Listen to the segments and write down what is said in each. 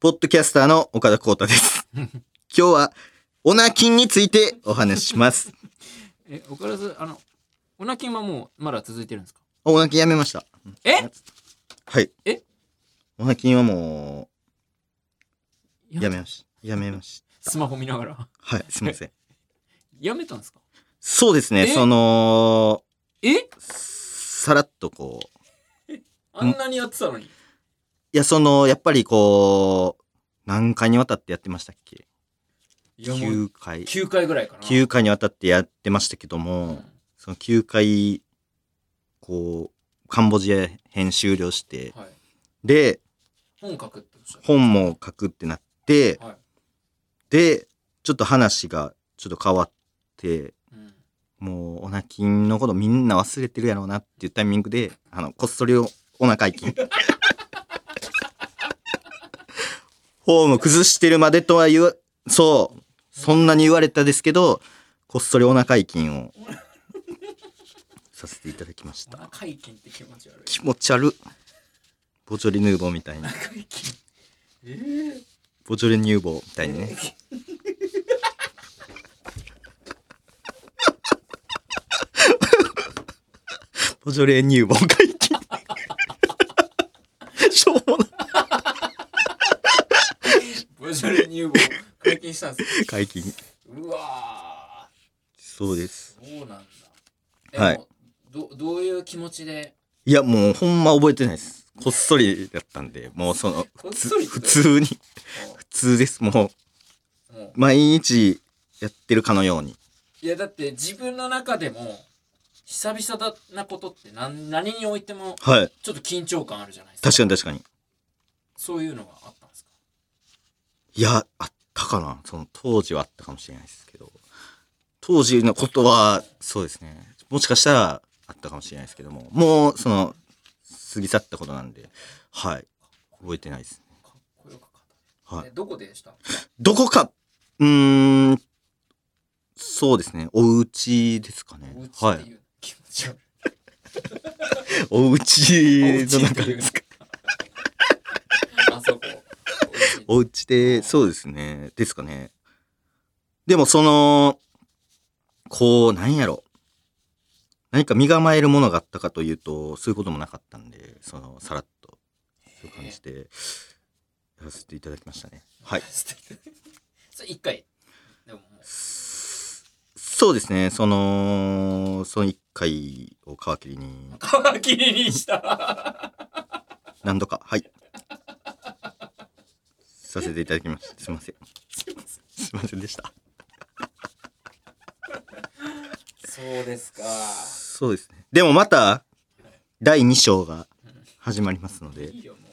ポッドキャスターの岡田光太です今日はオナキンについてお話しします岡田さん、オナキンはもうまだ続いてるんですか？ オナキンやめました。はい。オナキンはもうやめました。 スマホ見ながらはい、すみませんやめたんですか？ そうですね、さらっとこうあんなにやってたのに。 いややっぱりこう何回にわたってやってましたっけ？9 回ぐらいかな。 9回にわたってやってましたけども、その9回こうカンボジア編終了して、 はい、 で本も書くってなって、 はい、でちょっと話がちょっと変わって、もうオナキンのことみんな忘れてるやろうなっていうタイミングでこっそりオナ解禁フォーム崩してるまでとはそんなに言われたですけど、こっそりオナ解禁をさせていただきました。 オナ解禁って気持ち悪い。 気持ち悪い。ボジョレ・ヌーボーみたいに。ボジョレ・ヌーボーみたいにね。ボジョレ・ヌーボー解禁。しょうもない。 ボジョレ・ヌーボー解禁したんですか？ 解禁。 うわー。 そうです。 そうなんだ。 はい。 どういう気持ちで？ いやもうほんま覚えてないです。こっそりだったんで、もう普通です。もう毎日やってるかのように。 いやだって自分の中でも久々なことって何においてもちょっと緊張感あるじゃないですか。 確かに。そういうのがあったんですか？ いや、あったかな。その当時はあったかもしれないですけど、当時のことはそうですね、もしかしたらあったかもしれないですけども、もう過ぎ去ったことなんで、はい、覚えてないですね。 かっこよかった。はい。どこでした？ どこか、そうですね、お家ですかね。はい。 気持ち悪い。 お家の中ですか？ あそこ。 お家で、そうですね、ですかね。でもこうなんやろ。何か身構えるものがあったかというと、そういうこともなかったんで、さらっとそういう感じでやらせていただきましたね。はい。 それ1回。でももうそうですね。その1回を皮切りにした何度かさせていただきました。すいませんでした。 そうですか。 そうですね。でもまた第2章が始まりますので、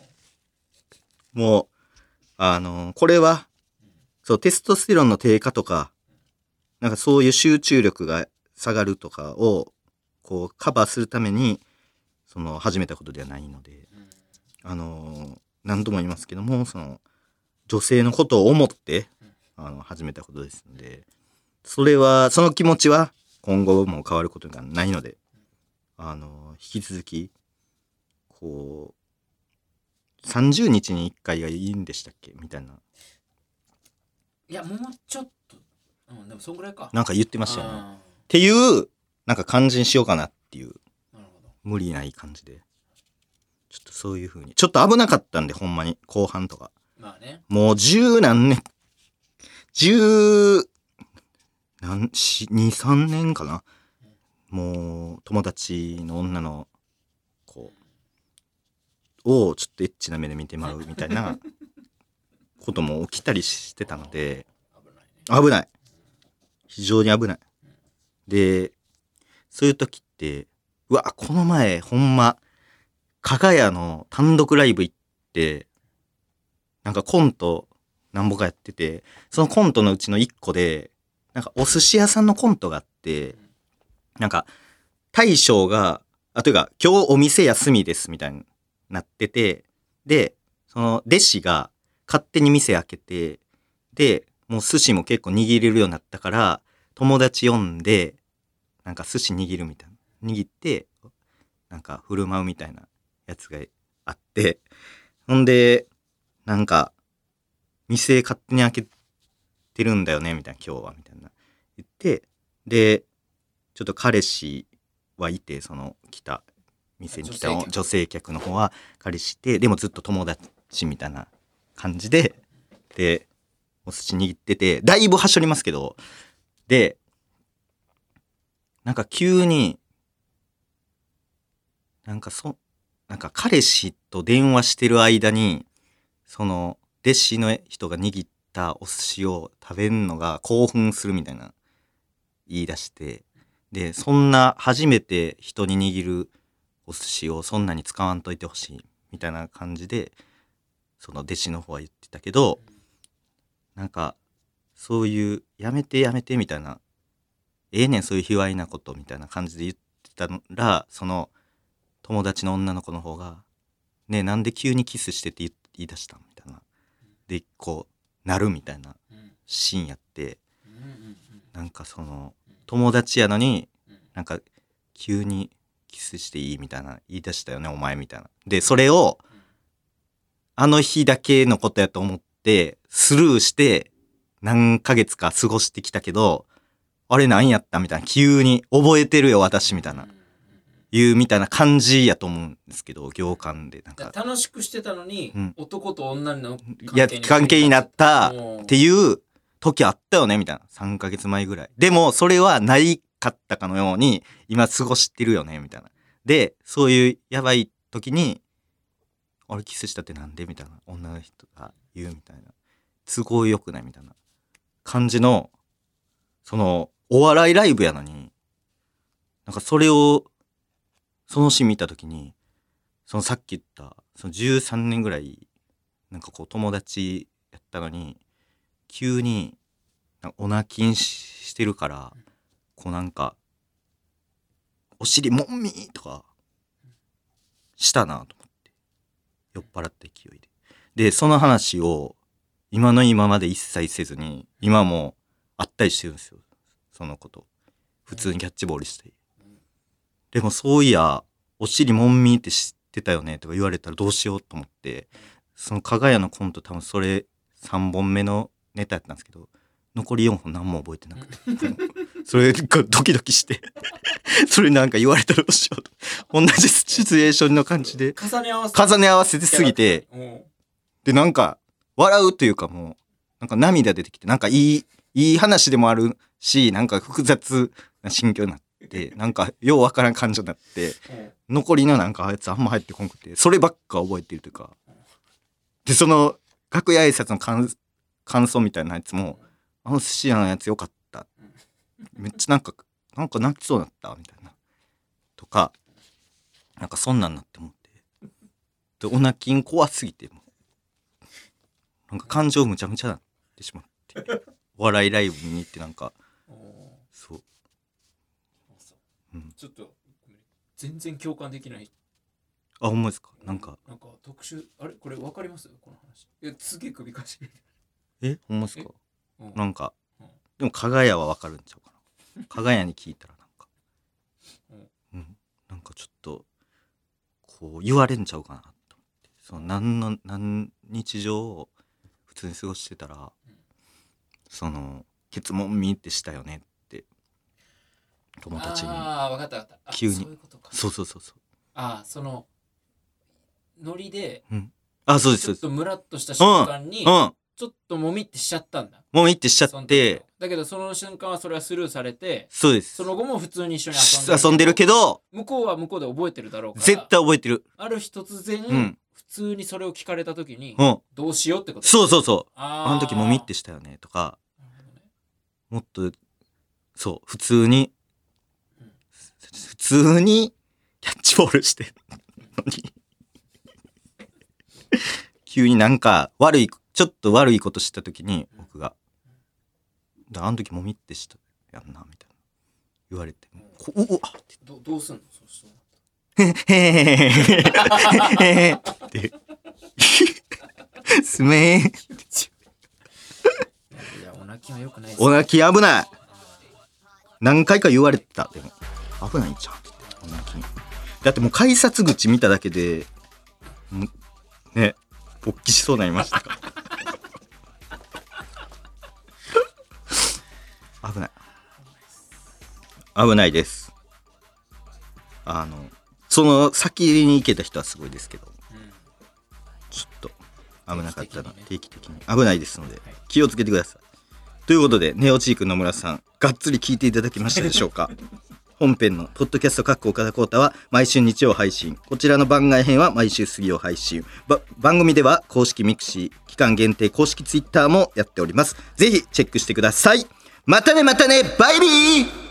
もうこれはテストステロンの低下とか、なんかそういう集中力が下がるとかをこうカバーするために始めたことではないので、何度も言いますけども、女性のことを思って始めたことですので、その気持ちは今後も変わることがないので、引き続きこう30日に1回がいいんでしたっけみたいな。 いやもうちょっと、でもそんぐらいか。 なんか言ってましたよね。っていうなんか感じにしようかなっていう。 なるほど。 無理ない感じで。ちょっとそういう風に。ちょっと危なかったんで、ほんまに後半とか。 まあね。 もう2、3年かな。もう友達の女の子をちょっとエッチな目で見てまうみたいなことも起きたりしてたので、危ない。非常に危ない。で、そういう時って、うわ、この前ほんま加賀屋の単独ライブ行って、なんかコントなんぼかやってて、そのコントのうちの1個で、なんかお寿司屋さんのコントがあって、なんか大将が、というか今日お店休みですみたいになってて、で、その弟子が勝手に店開けて、で、もう寿司も結構握れるようになったから、友達呼んで、なんか寿司握るみたいな。握って、なんか振る舞うみたいなやつがあって、ほんで、なんか、 店勝手に開けてるんだよねみたいな今日はみたいな言って、でちょっと彼氏はいて、その店に来た女性客の方は彼氏で、でもずっと友達みたいな感じで、でお寿司握ってて、だいぶはしょりますけど、でなんか急になんか彼氏と電話してる間にその弟子の人が握ったお寿司を食べるのが興奮するみたいな言い出して、でそんな初めて人に握るお寿司をそんなに使わんといてほしいみたいな感じでその弟子の方は言ってたけど、なんかそういうやめてみたいな、そういう卑猥なことみたいな感じで言ってたら、その友達の女の子の方がね、なんで急にキスしてって言い出したみたいなでこうなるみたいなシーンやって、なんかその友達やのになんか急にキスしていいみたいな言い出したよねお前みたいな。でそれをあの日だけのことやと思ってスルーして何ヶ月か過ごしてきたけど、あれ何やったみたいな、急に覚えてるよ私みたいな言うみたいな感じやと思うんですけど、行間でなんか楽しくしてたのに、男と女の関係になったっていう時あったよねみたいな、3ヶ月前ぐらいでもそれはないかったかのように今過ごしてるよねみたいな。でそういうやばい時にあれキスしたってなんでみたいな女の人が言うみたいな、都合よくないみたいな感じの、そのお笑いライブやのになんかそれをそのシーン見た時に、そのさっき言ったその13年ぐらいなんかこう友達やったのに急にお泣きんしてるから、こうなんかお尻もんみーとかしたなと思って、酔っ払った勢いでその話を今の今まで一切せずに今もあったりしてるんですよ、そのこと普通にキャッチボールして。でもそういやお尻もんみーって知ってたよねとか言われたらどうしようと思って、その加賀屋のコント多分それ3本目のネタやったんですけど、残り4本何も覚えてなくてそれがドキドキしてそれなんか言われたらどうしようと、同じシチュエーションの感じで重ね合わせてすぎて、でなんか笑うというかもうなんか涙出てきて、なんかいい話でもあるし、なんか複雑な心境になってなんかようわからん感情になって、残りのなんかあいつあんま入ってこんくてそればっか覚えてるというか、でその楽屋挨拶の感想みたいなやつも、あの寿司屋のやつよかった、めっちゃなんか泣きそうだったみたいなとか、なんかそんなんなって思って、でお泣きん怖すぎてもうなんか感情むちゃむちゃなってしまってお笑いライブに行ってなんかそう、 ちょっと全然共感できない。 あ、ほんまですか。なんか特殊、あれこれ分かりますこの話。いやすげえ首かしげる。 ほんまですか。なんか、でも加賀屋は分かるんちゃうかな。加賀屋に聞いたらなんかなんかちょっとこう言われんちゃうかなと思って、その何日常を普通に過ごしてたら、そのケツもんみってしたよねって友達に分かった急に、 そういうことか。 そうそのノリで、 そうです、 ちょっとムラっとした瞬間に、ちょっともみってしちゃったんだ。 もみってしちゃって、 だけどその瞬間はそれはスルーされて、 そうです。 その後も普通に一緒に遊んでるけど、 向こうは向こうで覚えてるだろうから、 絶対覚えてる。 ある日突然、普通にそれを聞かれた時に、どうしようってこと。 そうあの時もみってしたよねとか、もっとそう普通にキャッチボールしてるのに急になんかちょっと悪いことした時に僕があの時もみってしたやんなみたいな言われて、うわってどうすんのそうしへってすめー。いやお泣きは良くない。 お泣き危ない。何回か言われた。でも危ないんちゃうってお泣き。だってもう改札口見ただけでね勃起しそうになりましたから危ないです。その先に行けた人はすごいですけど、ちょっと危なかったので定期的に危ないですので気をつけてください。ということでネオチーク野村さんがっつり聞いていただきましたでしょうか。本編のポッドキャスト岡田浩太は毎週日曜配信、こちらの番外編は毎週水曜配信、番組では公式ミクシー期間限定公式ツイッターもやっております。ぜひチェックしてください。またねバイビー。